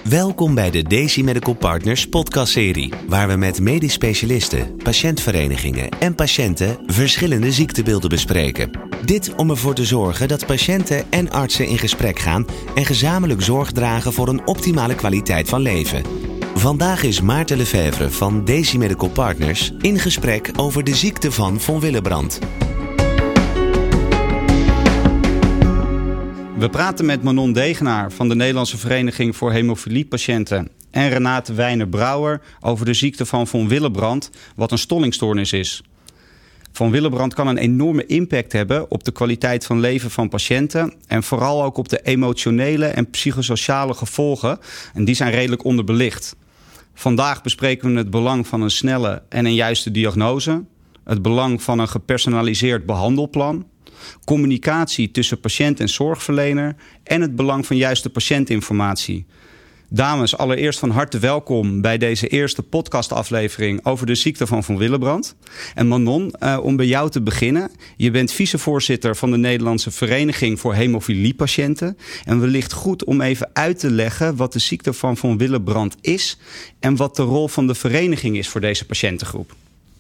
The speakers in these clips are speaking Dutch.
Welkom bij de Daisy Medical Partners podcastserie, waar we met medisch specialisten, patiëntverenigingen en patiënten verschillende ziektebeelden bespreken. Dit om ervoor te zorgen dat patiënten en artsen in gesprek gaan en gezamenlijk zorg dragen voor een optimale kwaliteit van leven. Vandaag is Maarten Lefevre van Daisy Medical Partners in gesprek over de ziekte van von Willebrand. We praten met Manon Degenaar van de Nederlandse Vereniging voor Hemofiliepatiënten en Renate Wijner-Brouwer over de ziekte van von Willebrand, wat een stollingstoornis is. Von Willebrand kan een enorme impact hebben op de kwaliteit van leven van patiënten en vooral ook op de emotionele en psychosociale gevolgen. En die zijn redelijk onderbelicht. Vandaag bespreken we het belang van een snelle en een juiste diagnose, het belang van een gepersonaliseerd behandelplan, communicatie tussen patiënt en zorgverlener en het belang van juiste patiëntinformatie. Dames, allereerst van harte welkom bij deze eerste podcastaflevering over de ziekte van von Willebrand. En Manon, om bij jou te beginnen. Je bent vicevoorzitter van de Nederlandse Vereniging voor Hemofiliepatiënten. En wellicht goed om even uit te leggen wat de ziekte van von Willebrand is en wat de rol van de vereniging is voor deze patiëntengroep.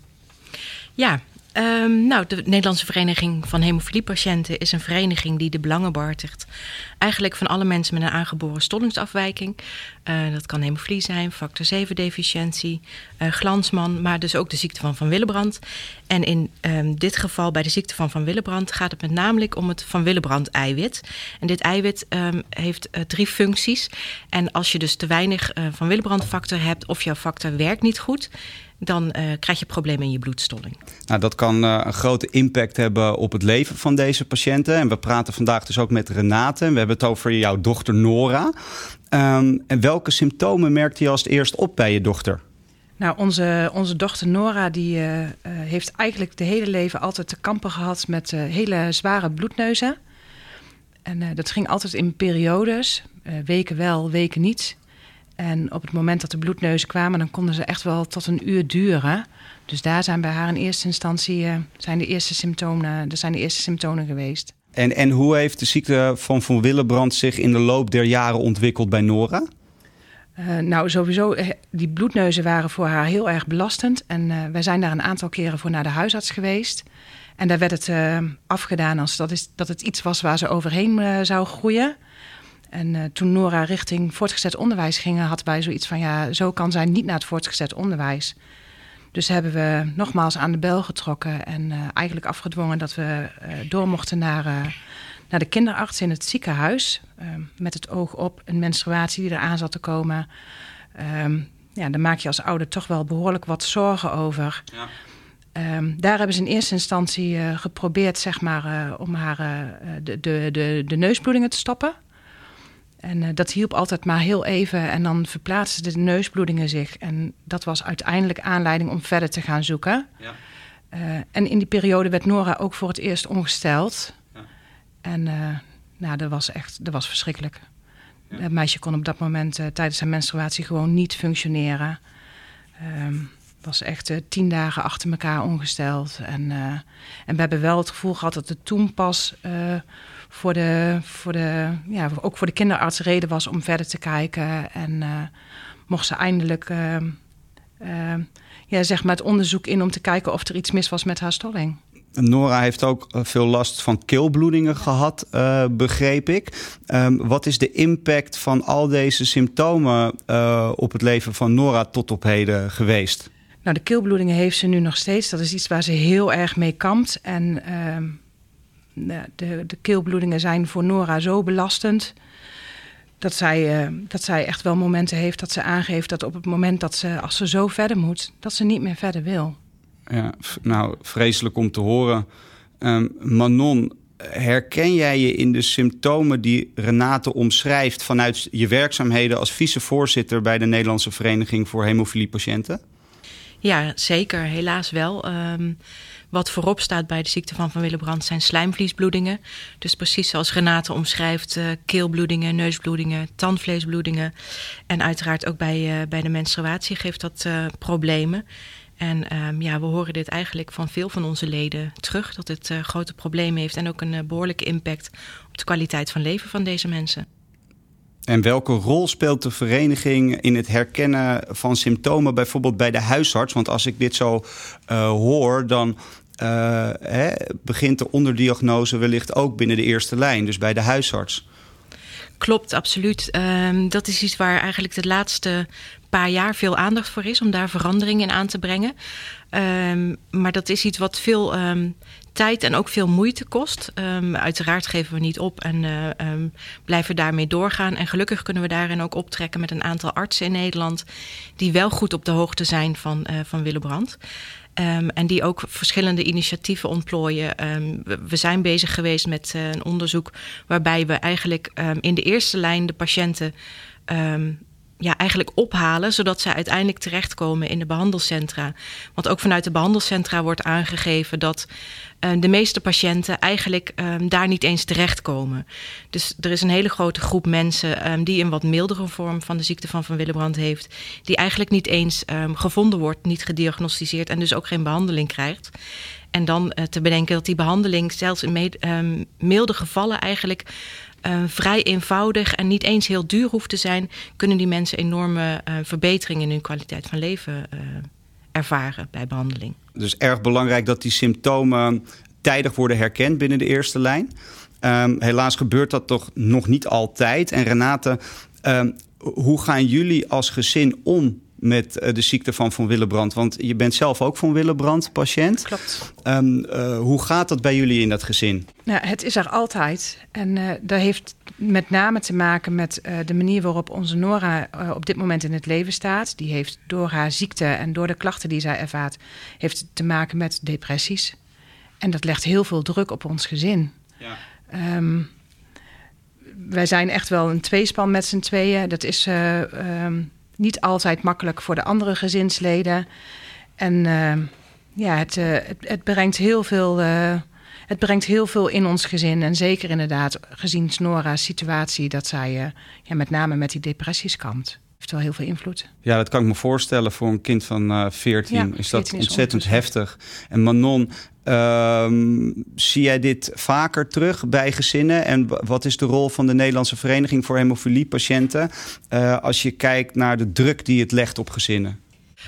Ja, de Nederlandse Vereniging van Hemofiliepatiënten is een vereniging die de belangen behartigt. Eigenlijk van alle mensen met een aangeboren stollingsafwijking. Dat kan hemofilie zijn, factor 7 deficiëntie, Glanzmann, maar dus ook de ziekte van von Willebrand. En in dit geval bij de ziekte van von Willebrand gaat het met name om het von Willebrand-eiwit. En dit eiwit heeft 3 functies. En als je dus te weinig von Willebrand-factor hebt of jouw factor werkt niet goed, dan krijg je problemen in je bloedstolling. Nou, dat kan een grote impact hebben op het leven van deze patiënten. En we praten vandaag dus ook met Renate. We hebben het over jouw dochter Nora. En welke symptomen merkte je als het eerst op bij je dochter? Nou, onze dochter Nora die heeft eigenlijk de hele leven altijd te kampen gehad met hele zware bloedneuzen. En dat ging altijd in periodes, weken wel, weken niet. En op het moment dat de bloedneuzen kwamen, dan konden ze echt wel tot een uur duren. Dus daar zijn bij haar in eerste instantie zijn de eerste symptomen geweest. En hoe heeft de ziekte van von Willebrand zich in de loop der jaren ontwikkeld bij Nora? Sowieso, die bloedneuzen waren voor haar heel erg belastend. En wij zijn daar een aantal keren voor naar de huisarts geweest. En daar werd het afgedaan als dat het iets was waar ze overheen zou groeien. En toen Nora richting voortgezet onderwijs ging, hadden wij zoiets van, ja, zo kan zij niet naar het voortgezet onderwijs. Dus hebben we nogmaals aan de bel getrokken en eigenlijk afgedwongen dat we door mochten naar de kinderarts in het ziekenhuis. Met het oog op een menstruatie die eraan zat te komen. Daar maak je als ouder toch wel behoorlijk wat zorgen over. Ja. Daar hebben ze in eerste instantie geprobeerd, zeg maar, om haar de neusbloedingen te stoppen. En dat hielp altijd maar heel even en dan verplaatsten de neusbloedingen zich. En dat was uiteindelijk aanleiding om verder te gaan zoeken. Ja. En in die periode werd Nora ook voor het eerst ongesteld. Ja. En dat was verschrikkelijk. Ja. Het meisje kon op dat moment tijdens haar menstruatie gewoon niet functioneren. Was echt 10 dagen achter elkaar ongesteld. En we hebben wel het gevoel gehad dat het toen pas ook voor de kinderarts reden was om verder te kijken. En mocht ze eindelijk het onderzoek in om te kijken of er iets mis was met haar stolling. Nora heeft ook veel last van keelbloedingen gehad, begreep ik. Wat is de impact van al deze symptomen op het leven van Nora tot op heden geweest? Nou, de keelbloedingen heeft ze nu nog steeds. Dat is iets waar ze heel erg mee kampt. En de keelbloedingen zijn voor Nora zo belastend dat zij echt wel momenten heeft dat ze aangeeft dat op het moment dat als ze zo verder moet, dat ze niet meer verder wil. Ja, nou, vreselijk om te horen. Manon, herken jij je in de symptomen die Renate omschrijft vanuit je werkzaamheden als vicevoorzitter bij de Nederlandse Vereniging voor Hemofiliepatiënten? Ja, zeker. Helaas wel. Wat voorop staat bij de ziekte van Willebrand zijn slijmvliesbloedingen. Dus precies zoals Renate omschrijft, keelbloedingen, neusbloedingen, tandvleesbloedingen. En uiteraard ook bij de menstruatie geeft dat problemen. En we horen dit eigenlijk van veel van onze leden terug, dat het grote problemen heeft en ook een behoorlijke impact op de kwaliteit van leven van deze mensen. En welke rol speelt de vereniging in het herkennen van symptomen, bijvoorbeeld bij de huisarts? Want als ik dit zo hoor, dan begint de onderdiagnose wellicht ook binnen de eerste lijn, dus bij de huisarts. Klopt, absoluut. Dat is iets waar eigenlijk de laatste paar jaar veel aandacht voor is, om daar verandering in aan te brengen. Maar dat is iets wat veel tijd en ook veel moeite kost. Uiteraard geven we niet op en blijven daarmee doorgaan. En gelukkig kunnen we daarin ook optrekken met een aantal artsen in Nederland die wel goed op de hoogte zijn van Willebrand. En die ook verschillende initiatieven ontplooien. We zijn bezig geweest met een onderzoek waarbij we eigenlijk in de eerste lijn de patiënten eigenlijk ophalen, zodat ze uiteindelijk terechtkomen in de behandelcentra. Want ook vanuit de behandelcentra wordt aangegeven dat de meeste patiënten eigenlijk daar niet eens terechtkomen. Dus er is een hele grote groep mensen die een wat mildere vorm van de ziekte van Willebrand heeft, die eigenlijk niet eens gevonden wordt, niet gediagnosticeerd en dus ook geen behandeling krijgt. En dan te bedenken dat die behandeling zelfs in milde gevallen eigenlijk vrij eenvoudig en niet eens heel duur hoeft te zijn, kunnen die mensen enorme verbeteringen in hun kwaliteit van leven ervaren bij behandeling. Dus erg belangrijk dat die symptomen tijdig worden herkend binnen de eerste lijn. Helaas gebeurt dat toch nog niet altijd. En Renate, hoe gaan jullie als gezin om met de ziekte van Willebrand? Want je bent zelf ook van Willebrand patiënt. Klopt. Hoe gaat dat bij jullie in dat gezin? Nou, het is er altijd. En dat heeft met name te maken met de manier waarop onze Nora op dit moment in het leven staat. Die heeft door haar ziekte en door de klachten die zij ervaart, heeft te maken met depressies. En dat legt heel veel druk op ons gezin. Ja. Wij zijn echt wel een tweespan met z'n tweeën. Dat is niet altijd makkelijk voor de andere gezinsleden. En het brengt heel veel. Het brengt heel veel in ons gezin. En zeker inderdaad, gezien Nora's situatie, dat zij met name met die depressies kampt. Heeft wel heel veel invloed. Ja, dat kan ik me voorstellen. Voor een kind van 14 is dat ontzettend heftig. En Manon, zie jij dit vaker terug bij gezinnen? En wat is de rol van de Nederlandse Vereniging voor Hemofiliepatiënten als je kijkt naar de druk die het legt op gezinnen?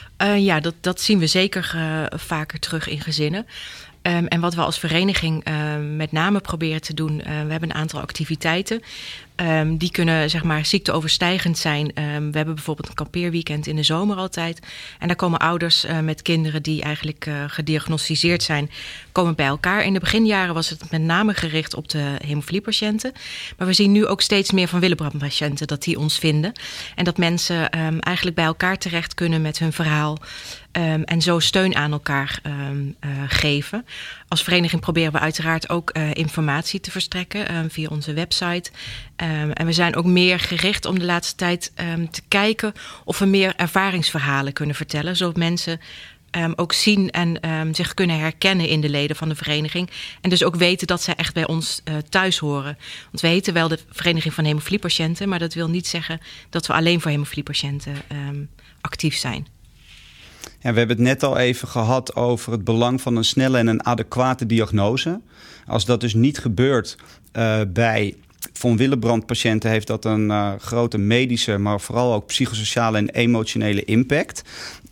Dat zien we zeker vaker terug in gezinnen. En wat we als vereniging met name proberen te doen, we hebben een aantal activiteiten. Die kunnen zeg maar ziekteoverstijgend zijn. We hebben bijvoorbeeld een kampeerweekend in de zomer altijd. En daar komen ouders met kinderen die eigenlijk gediagnosticeerd zijn, komen bij elkaar. In de beginjaren was het met name gericht op de hemofiliepatiënten. Maar we zien nu ook steeds meer van Willebrand-patiënten dat die ons vinden. En dat mensen eigenlijk bij elkaar terecht kunnen met hun verhaal. En zo steun aan elkaar geven. Als vereniging proberen we uiteraard ook informatie te verstrekken via onze website. En we zijn ook meer gericht om de laatste tijd te kijken of we meer ervaringsverhalen kunnen vertellen. Zodat mensen ook zien en zich kunnen herkennen in de leden van de vereniging. En dus ook weten dat zij echt bij ons thuis horen. Want we heten wel de Vereniging van Hemofiliepatiënten, maar dat wil niet zeggen dat we alleen voor hemofiliepatiënten actief zijn. Ja, we hebben het net al even gehad over het belang van een snelle en een adequate diagnose. Als dat dus niet gebeurt bij von Willebrand-patiënten, heeft dat een grote medische, maar vooral ook psychosociale en emotionele impact.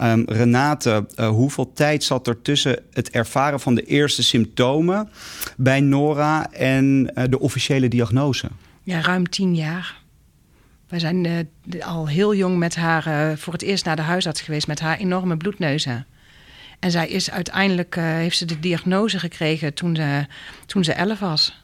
Renate, hoeveel tijd zat er tussen het ervaren van de eerste symptomen bij Nora en de officiële diagnose? Ja, ruim 10 jaar. Wij zijn al heel jong met haar voor het eerst naar de huisarts geweest met haar enorme bloedneuzen. En zij is uiteindelijk, heeft ze de diagnose gekregen toen ze 11 was.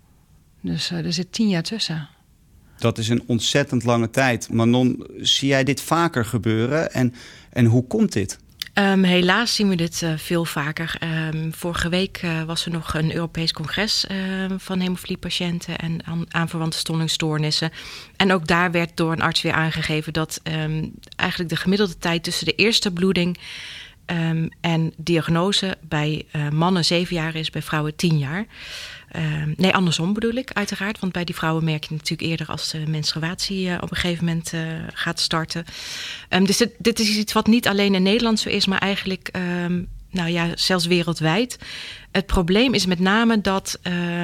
Dus er zit 10 jaar tussen. Dat is een ontzettend lange tijd. Manon, zie jij dit vaker gebeuren? En hoe komt dit? Helaas zien we dit veel vaker. Vorige week was er nog een Europees congres van hemofiliepatiënten en aanverwante stollingsstoornissen. En ook daar werd door een arts weer aangegeven dat eigenlijk de gemiddelde tijd tussen de eerste bloeding en diagnose bij mannen 7 jaar is, bij vrouwen 10 jaar. Nee, andersom bedoel ik uiteraard. Want bij die vrouwen merk je natuurlijk eerder als de menstruatie op een gegeven moment gaat starten. Dus dit is iets wat niet alleen in Nederland zo is, maar eigenlijk zelfs wereldwijd. Het probleem is met name dat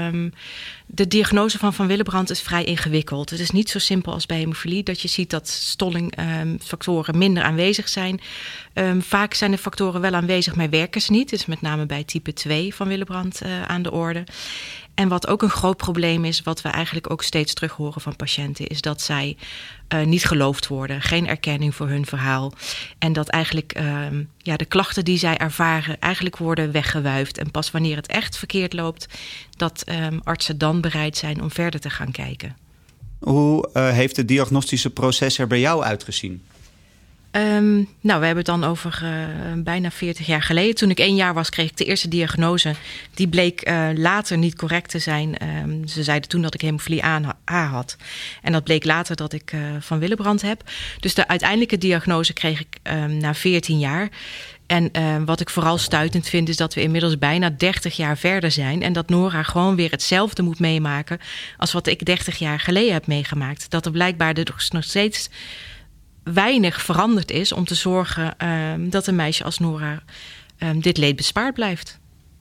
de diagnose van Willebrand is vrij ingewikkeld. Het is niet zo simpel als bij hemofilie, dat je ziet dat stollingfactoren minder aanwezig zijn. Vaak zijn de factoren wel aanwezig, maar werken ze niet. Dus met name bij type 2 van Willebrand aan de orde. En wat ook een groot probleem is, wat we eigenlijk ook steeds terug horen van patiënten, is dat zij niet geloofd worden. Geen erkenning voor hun verhaal. En dat eigenlijk de klachten die zij ervaren eigenlijk worden weggewuifd. En pas wanneer het echt verkeerd loopt, dat artsen dan bereid zijn om verder te gaan kijken. Hoe heeft het diagnostische proces er bij jou uitgezien? We hebben het dan over bijna 40 jaar geleden. Toen ik 1 jaar was, kreeg ik de eerste diagnose. Die bleek later niet correct te zijn. Ze zeiden toen dat ik hemofilie A had. En dat bleek later dat ik van Willebrand heb. Dus de uiteindelijke diagnose kreeg ik na 14 jaar. En wat ik vooral stuitend vind, is dat we inmiddels bijna 30 jaar verder zijn. En dat Nora gewoon weer hetzelfde moet meemaken als wat ik 30 jaar geleden heb meegemaakt. Dat er blijkbaar nog steeds weinig veranderd is om te zorgen dat een meisje als Nora dit leed bespaard blijft.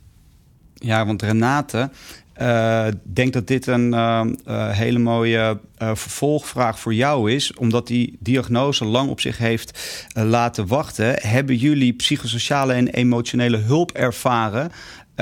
Ja, want Renate denkt dat dit een hele mooie vervolgvraag voor jou is. Omdat die diagnose lang op zich heeft laten wachten. Hebben jullie psychosociale en emotionele hulp ervaren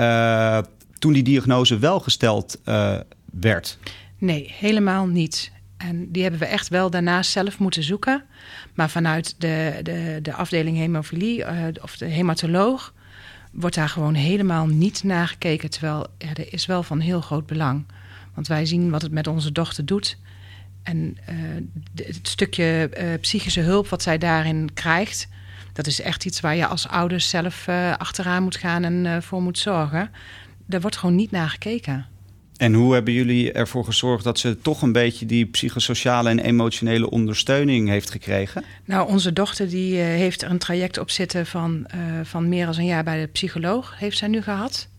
toen die diagnose wel gesteld werd? Nee, helemaal niet. En die hebben we echt wel daarnaast zelf moeten zoeken. Maar vanuit de afdeling hemofilie of de hematoloog wordt daar gewoon helemaal niet naar gekeken. Terwijl er is wel van heel groot belang. Want wij zien wat het met onze dochter doet. En het stukje psychische hulp wat zij daarin krijgt, dat is echt iets waar je als ouders zelf achteraan moet gaan en voor moet zorgen. Daar wordt gewoon niet naar gekeken. En hoe hebben jullie ervoor gezorgd dat ze toch een beetje die psychosociale en emotionele ondersteuning heeft gekregen? Nou, onze dochter die heeft er een traject op zitten van meer dan een jaar bij de psycholoog, heeft zij nu gehad.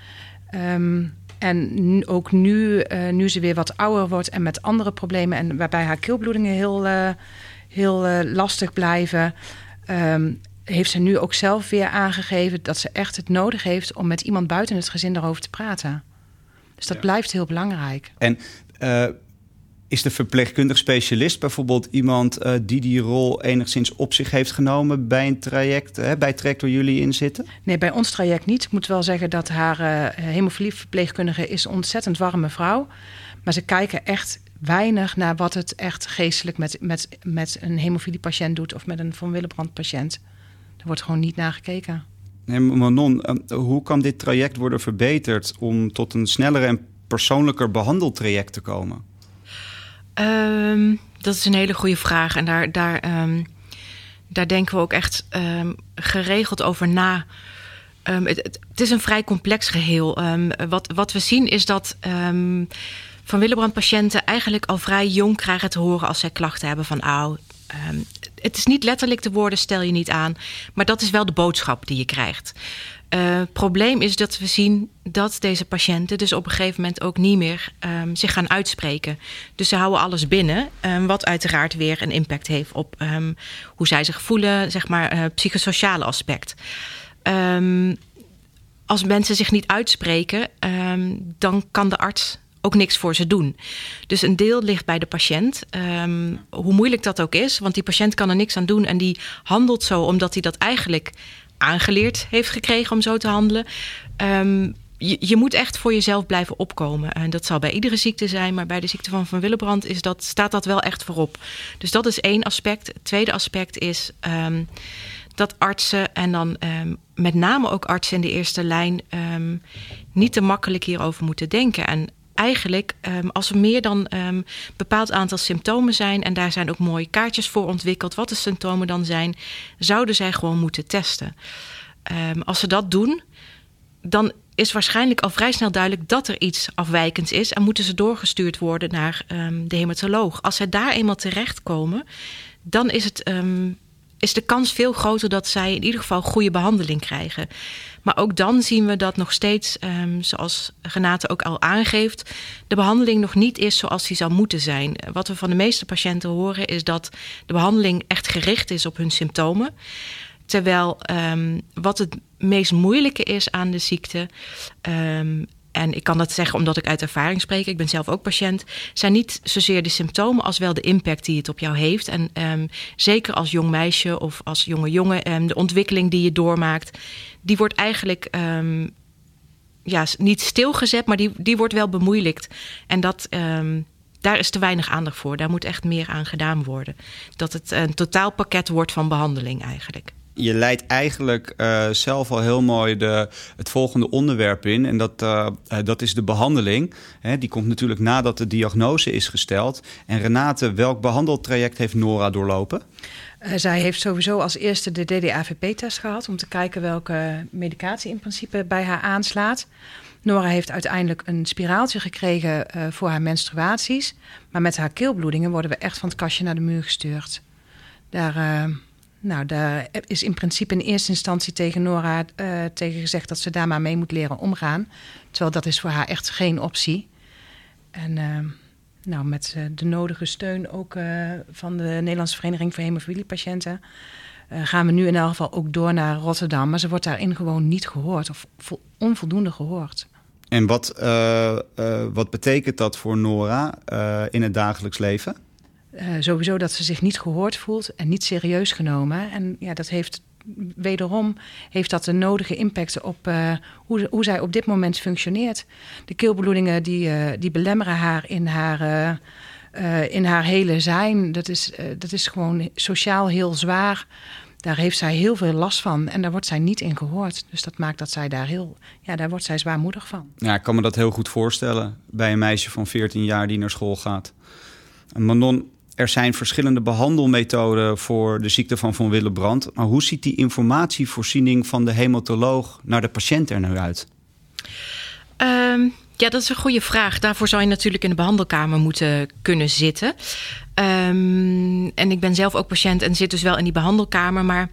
En ook nu ze weer wat ouder wordt en met andere problemen en waarbij haar keelbloedingen heel lastig blijven, heeft ze nu ook zelf weer aangegeven dat ze echt het nodig heeft om met iemand buiten het gezin daarover te praten. Dus dat blijft heel belangrijk. En is de verpleegkundig specialist bijvoorbeeld iemand die rol enigszins op zich heeft genomen bij een traject, bij het traject waar jullie in zitten? Nee, bij ons traject niet. Ik moet wel zeggen dat haar hemofilieverpleegkundige is een ontzettend warme vrouw. Maar ze kijken echt weinig naar wat het echt geestelijk met een hemofiliepatiënt doet of met een Von Willebrand patiënt. Er wordt gewoon niet naar gekeken. Nee, Manon, hoe kan dit traject worden verbeterd om tot een sneller en persoonlijker behandeltraject te komen? Dat is een hele goede vraag. En daar denken we ook echt geregeld over na. Het is een vrij complex geheel. Wat we zien is dat Van Willebrand patiënten eigenlijk al vrij jong krijgen te horen als zij klachten hebben van het is niet letterlijk de woorden stel je niet aan, maar dat is wel de boodschap die je krijgt. Het probleem is dat we zien dat deze patiënten dus op een gegeven moment ook niet meer zich gaan uitspreken. Dus ze houden alles binnen, wat uiteraard weer een impact heeft op hoe zij zich voelen, zeg maar psychosociale aspect. Als mensen zich niet uitspreken, dan kan de arts ook niks voor ze doen. Dus een deel ligt bij de patiënt. Hoe moeilijk dat ook is, want die patiënt kan er niks aan doen en die handelt zo omdat hij dat eigenlijk aangeleerd heeft gekregen om zo te handelen. Je moet echt voor jezelf blijven opkomen. En dat zal bij iedere ziekte zijn, maar bij de ziekte van Willebrand staat dat wel echt voorop. Dus dat is één aspect. Het tweede aspect is dat artsen en dan met name ook artsen in de eerste lijn niet te makkelijk hierover moeten denken. En eigenlijk, als er meer dan een bepaald aantal symptomen zijn, en daar zijn ook mooie kaartjes voor ontwikkeld, wat de symptomen dan zijn, zouden zij gewoon moeten testen. Als ze dat doen, dan is waarschijnlijk al vrij snel duidelijk dat er iets afwijkends is en moeten ze doorgestuurd worden naar de hematoloog. Als zij daar eenmaal terechtkomen, dan is de kans veel groter dat zij in ieder geval goede behandeling krijgen. Maar ook dan zien we dat nog steeds, zoals Renate ook al aangeeft, de behandeling nog niet is zoals die zou moeten zijn. Wat we van de meeste patiënten horen is dat de behandeling echt gericht is op hun symptomen. Terwijl wat het meest moeilijke is aan de ziekte... en ik kan dat zeggen omdat ik uit ervaring spreek, ik ben zelf ook patiënt, zijn niet zozeer de symptomen als wel de impact die het op jou heeft. En zeker als jong meisje of als jonge jongen, de ontwikkeling die je doormaakt, die wordt eigenlijk niet stilgezet, maar die wordt wel bemoeilijkt. En daar is te weinig aandacht voor. Daar moet echt meer aan gedaan worden. Dat het een totaalpakket wordt van behandeling eigenlijk. Je leidt eigenlijk zelf al heel mooi het volgende onderwerp in. En dat is de behandeling. Die komt natuurlijk nadat de diagnose is gesteld. En Renate, welk behandeltraject heeft Nora doorlopen? Zij heeft sowieso als eerste de DDAVP-test gehad... om te kijken welke medicatie in principe bij haar aanslaat. Nora heeft uiteindelijk een spiraaltje gekregen voor haar menstruaties. Maar met haar keelbloedingen worden we echt van het kastje naar de muur gestuurd. Daar is in principe in eerste instantie tegen Nora tegen gezegd... dat ze daar maar mee moet leren omgaan. Terwijl dat is voor haar echt geen optie. En met de nodige steun ook van de Nederlandse Vereniging voor Hemofiliepatiënten... gaan we nu in elk geval ook door naar Rotterdam. Maar ze wordt daarin gewoon niet gehoord of onvoldoende gehoord. En wat betekent dat voor Nora in het dagelijks leven? Sowieso dat ze zich niet gehoord voelt en niet serieus genomen. En ja, dat heeft dat de nodige impact op hoe zij op dit moment functioneert. De keelbloedingen die belemmeren haar in haar hele zijn. Dat is gewoon sociaal heel zwaar. Daar heeft zij heel veel last van en daar wordt zij niet in gehoord. Dus dat maakt dat zij daar wordt zij zwaarmoedig van. Ja, ik kan me dat heel goed voorstellen bij een meisje van 14 jaar die naar school gaat. Manon, er zijn verschillende behandelmethoden voor de ziekte van Von Willebrand. Maar hoe ziet die informatievoorziening van de hematoloog naar de patiënt er nu uit? Ja, dat is een goede vraag. Daarvoor zou je natuurlijk in de behandelkamer moeten kunnen zitten. En ik ben zelf ook patiënt en zit dus wel in die behandelkamer. Maar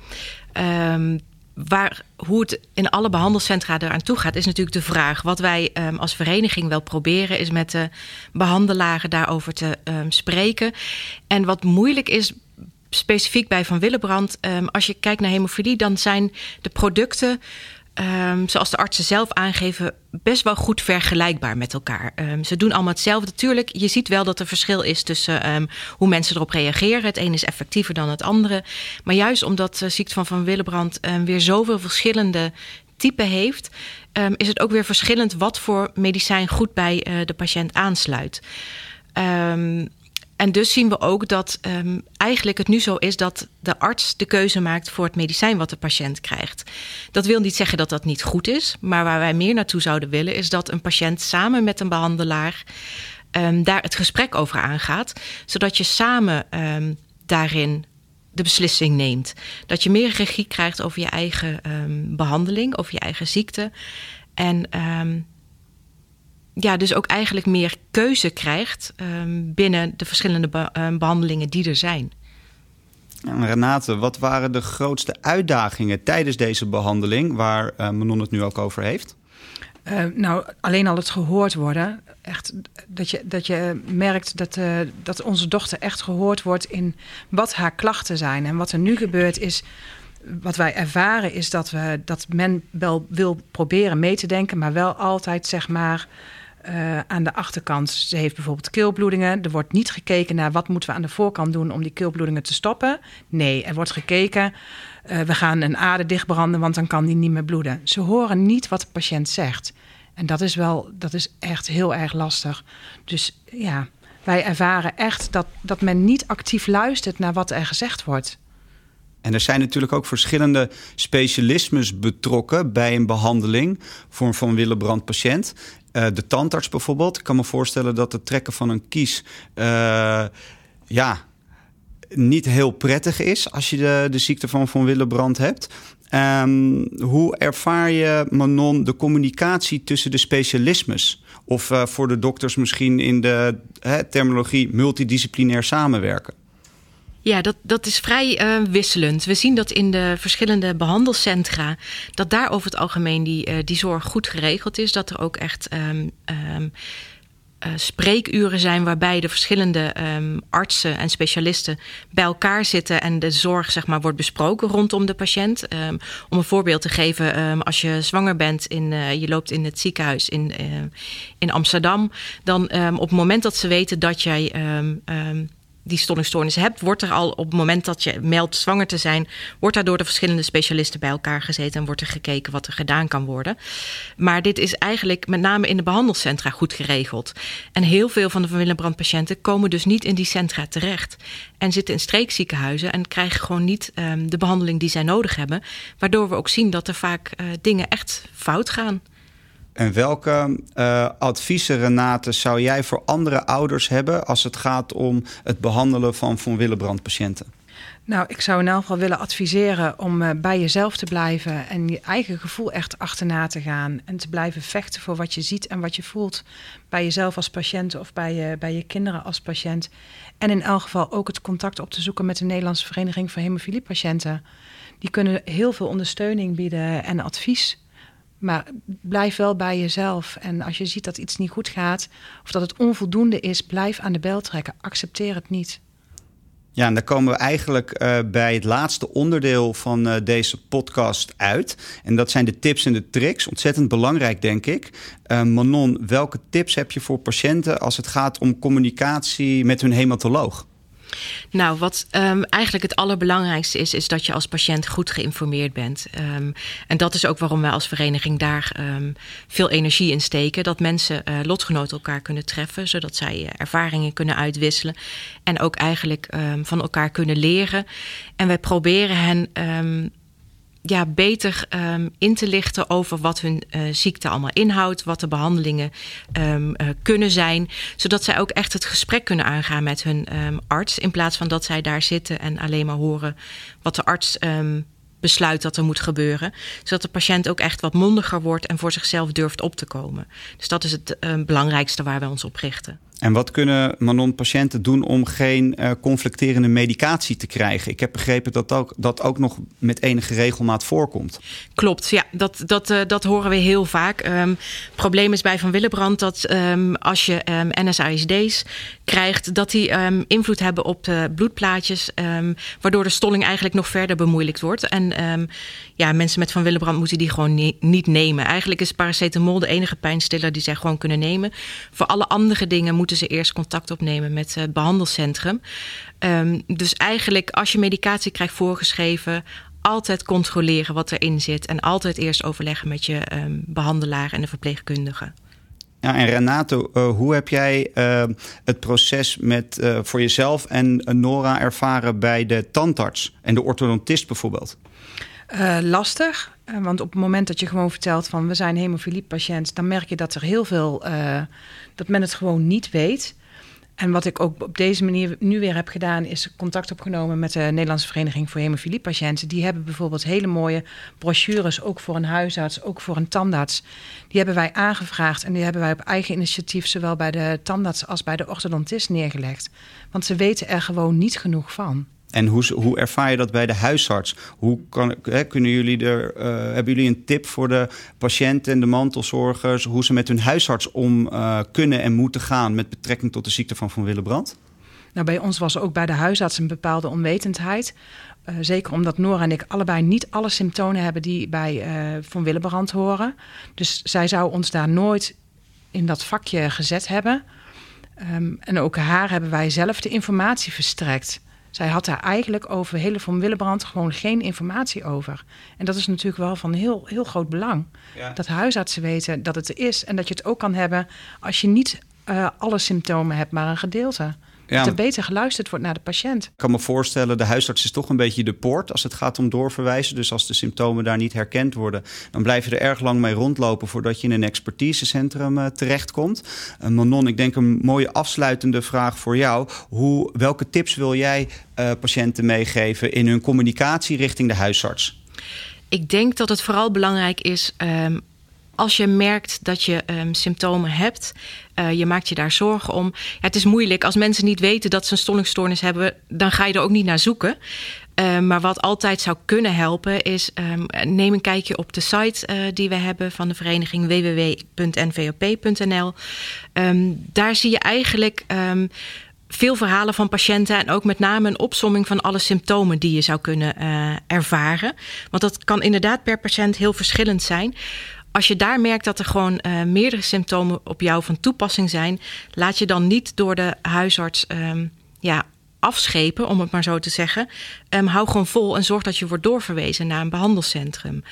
hoe het in alle behandelcentra eraan toe gaat, is natuurlijk de vraag. Wat wij als vereniging wel proberen, is met de behandelaren daarover te spreken. En wat moeilijk is, specifiek bij Von Willebrand, als je kijkt naar hemofilie, dan zijn de producten, zoals de artsen zelf aangeven, best wel goed vergelijkbaar met elkaar. Ze doen allemaal hetzelfde. Tuurlijk, je ziet wel dat er verschil is tussen hoe mensen erop reageren. Het een is effectiever dan het andere. Maar juist omdat de ziekte van Von Willebrand weer zoveel verschillende typen heeft, is het ook weer verschillend wat voor medicijn goed bij de patiënt aansluit. En dus zien we ook dat eigenlijk het nu zo is dat de arts de keuze maakt voor het medicijn wat de patiënt krijgt. Dat wil niet zeggen dat dat niet goed is, maar waar wij meer naartoe zouden willen is dat een patiënt samen met een behandelaar daar het gesprek over aangaat, zodat je samen daarin de beslissing neemt. Dat je meer regie krijgt over je eigen behandeling, over je eigen ziekte. En dus ook eigenlijk meer keuze krijgt binnen de verschillende behandelingen die er zijn. En Renate, wat waren de grootste uitdagingen tijdens deze behandeling, waar Manon het nu ook over heeft? Alleen al het gehoord worden. Echt, dat je merkt dat onze dochter echt gehoord wordt in wat haar klachten zijn. En wat er nu gebeurt is, wat wij ervaren is dat men wel wil proberen mee te denken, maar wel altijd zeg maar aan de achterkant. Ze heeft bijvoorbeeld keelbloedingen. Er wordt niet gekeken naar wat moeten we aan de voorkant doen om die keelbloedingen te stoppen. Nee, er wordt gekeken, we gaan een ader dichtbranden, want dan kan die niet meer bloeden. Ze horen niet wat de patiënt zegt. En dat is echt heel erg lastig. Dus ja, wij ervaren echt dat men niet actief luistert naar wat er gezegd wordt. En er zijn natuurlijk ook verschillende specialismes betrokken bij een behandeling voor een Von Willebrand patiënt. De tandarts bijvoorbeeld. Ik kan me voorstellen dat het trekken van een kies niet heel prettig is als je de ziekte van Von Willebrand hebt. Hoe ervaar je, Manon, de communicatie tussen de specialismes? Of voor de dokters misschien in de terminologie multidisciplinair samenwerken? Ja, dat is vrij wisselend. We zien dat in de verschillende behandelcentra, dat daar over het algemeen die zorg goed geregeld is. Dat er ook echt spreekuren zijn waarbij de verschillende artsen en specialisten bij elkaar zitten en de zorg zeg maar wordt besproken rondom de patiënt. Om een voorbeeld te geven, als je zwanger bent je loopt in het ziekenhuis in Amsterdam, dan op het moment dat ze weten dat jij die stollingstoornis hebt, wordt er al op het moment dat je meldt zwanger te zijn, wordt daar door de verschillende specialisten bij elkaar gezeten en wordt er gekeken wat er gedaan kan worden. Maar dit is eigenlijk met name in de behandelcentra goed geregeld. En heel veel van de Van Willebrand-patiënten komen dus niet in die centra terecht en zitten in streekziekenhuizen en krijgen gewoon niet de behandeling die zij nodig hebben, waardoor we ook zien dat er vaak dingen echt fout gaan. En welke adviezen, Renate, zou jij voor andere ouders hebben als het gaat om het behandelen van Van Willebrand-patiënten? Nou, ik zou in elk geval willen adviseren om bij jezelf te blijven en je eigen gevoel echt achterna te gaan. En te blijven vechten voor wat je ziet en wat je voelt bij jezelf als patiënt of bij je kinderen als patiënt. En in elk geval ook het contact op te zoeken met de Nederlandse Vereniging voor Hemofiliepatiënten. Die kunnen heel veel ondersteuning bieden en advies. Maar blijf wel bij jezelf. En als je ziet dat iets niet goed gaat of dat het onvoldoende is, blijf aan de bel trekken. Accepteer het niet. Ja, en dan komen we eigenlijk bij het laatste onderdeel van deze podcast uit. En dat zijn de tips en de tricks. Ontzettend belangrijk, denk ik. Manon, welke tips heb je voor patiënten als het gaat om communicatie met hun hematoloog? Nou, wat eigenlijk het allerbelangrijkste is dat je als patiënt goed geïnformeerd bent. En dat is ook waarom wij als vereniging daar veel energie in steken. Dat mensen lotgenoten elkaar kunnen treffen, zodat zij ervaringen kunnen uitwisselen. En ook eigenlijk van elkaar kunnen leren. En wij proberen hen beter in te lichten over wat hun ziekte allemaal inhoudt, wat de behandelingen kunnen zijn, zodat zij ook echt het gesprek kunnen aangaan met hun arts, in plaats van dat zij daar zitten en alleen maar horen wat de arts besluit dat er moet gebeuren, zodat de patiënt ook echt wat mondiger wordt en voor zichzelf durft op te komen. Dus dat is het belangrijkste waar we ons op richten. En wat kunnen, Manon, patiënten doen om geen conflicterende medicatie te krijgen? Ik heb begrepen dat ook nog met enige regelmaat voorkomt. Klopt, ja, dat horen we heel vaak. Het probleem is bij Van Willebrand dat als je NSAID's krijgt, dat die invloed hebben op de bloedplaatjes, waardoor de stolling eigenlijk nog verder bemoeilijkt wordt. En mensen met Van Willebrand moeten die gewoon niet nemen. Eigenlijk is paracetamol de enige pijnstiller die zij gewoon kunnen nemen. Voor alle andere dingen moeten ze eerst contact opnemen met het behandelcentrum. Dus eigenlijk als je medicatie krijgt voorgeschreven, altijd controleren wat erin zit en altijd eerst overleggen met je behandelaar en de verpleegkundige. Ja, en Renate, hoe heb jij het proces voor jezelf en Nora ervaren bij de tandarts en de orthodontist bijvoorbeeld? Lastig, want op het moment dat je gewoon vertelt van we zijn hemofiliepatiënt, dan merk je dat er heel veel, dat men het gewoon niet weet. En wat ik ook op deze manier nu weer heb gedaan, is contact opgenomen met de Nederlandse Vereniging voor Hemofiliepatiënten. Die hebben bijvoorbeeld hele mooie brochures, ook voor een huisarts, ook voor een tandarts. Die hebben wij aangevraagd en die hebben wij op eigen initiatief zowel bij de tandarts als bij de orthodontist neergelegd. Want ze weten er gewoon niet genoeg van. En hoe ervaar je dat bij de huisarts? Hebben jullie een tip voor de patiënten en de mantelzorgers, hoe ze met hun huisarts om kunnen en moeten gaan met betrekking tot de ziekte van Van Willebrand? Nou, bij ons was ook bij de huisarts een bepaalde onwetendheid. Zeker omdat Nora en ik allebei niet alle symptomen hebben die bij Van Willebrand horen. Dus zij zou ons daar nooit in dat vakje gezet hebben. En ook haar hebben wij zelf de informatie verstrekt. Zij had daar eigenlijk over hele Van Willebrand gewoon geen informatie over. En dat is natuurlijk wel van heel, heel groot belang. Ja. Dat huisartsen weten dat het er is en dat je het ook kan hebben als je niet alle symptomen hebt, maar een gedeelte. Ja. Dat er beter geluisterd wordt naar de patiënt. Ik kan me voorstellen, de huisarts is toch een beetje de poort als het gaat om doorverwijzen. Dus als de symptomen daar niet herkend worden, dan blijf je er erg lang mee rondlopen voordat je in een expertisecentrum terechtkomt. Manon, ik denk een mooie afsluitende vraag voor jou. Welke tips wil jij patiënten meegeven in hun communicatie richting de huisarts? Ik denk dat het vooral belangrijk is, als je merkt dat je symptomen hebt, je maakt je daar zorgen om. Ja, het is moeilijk. Als mensen niet weten dat ze een stollingstoornis hebben, dan ga je er ook niet naar zoeken. Maar wat altijd zou kunnen helpen is... neem een kijkje op de site die we hebben van de vereniging... www.nvop.nl. Daar zie je eigenlijk... veel verhalen van patiënten en ook met name een opsomming van alle symptomen die je zou kunnen ervaren. Want dat kan inderdaad per patiënt heel verschillend zijn. Als je daar merkt dat er gewoon meerdere symptomen op jou van toepassing zijn, laat je dan niet door de huisarts afschepen, om het maar zo te zeggen. Hou gewoon vol en zorg dat je wordt doorverwezen naar een behandelcentrum.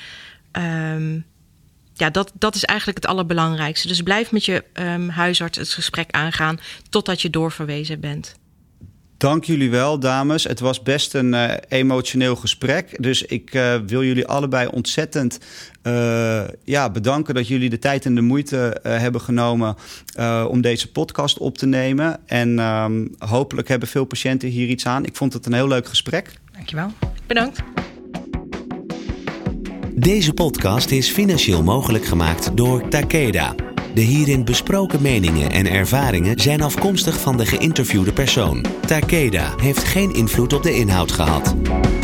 Dat is eigenlijk het allerbelangrijkste. Dus blijf met je huisarts het gesprek aangaan totdat je doorverwezen bent. Dank jullie wel, dames. Het was best een emotioneel gesprek. Dus ik wil jullie allebei ontzettend bedanken dat jullie de tijd en de moeite hebben genomen om deze podcast op te nemen. En hopelijk hebben veel patiënten hier iets aan. Ik vond het een heel leuk gesprek. Dankjewel. Bedankt. Deze podcast is financieel mogelijk gemaakt door Takeda. De hierin besproken meningen en ervaringen zijn afkomstig van de geïnterviewde persoon. Takeda heeft geen invloed op de inhoud gehad.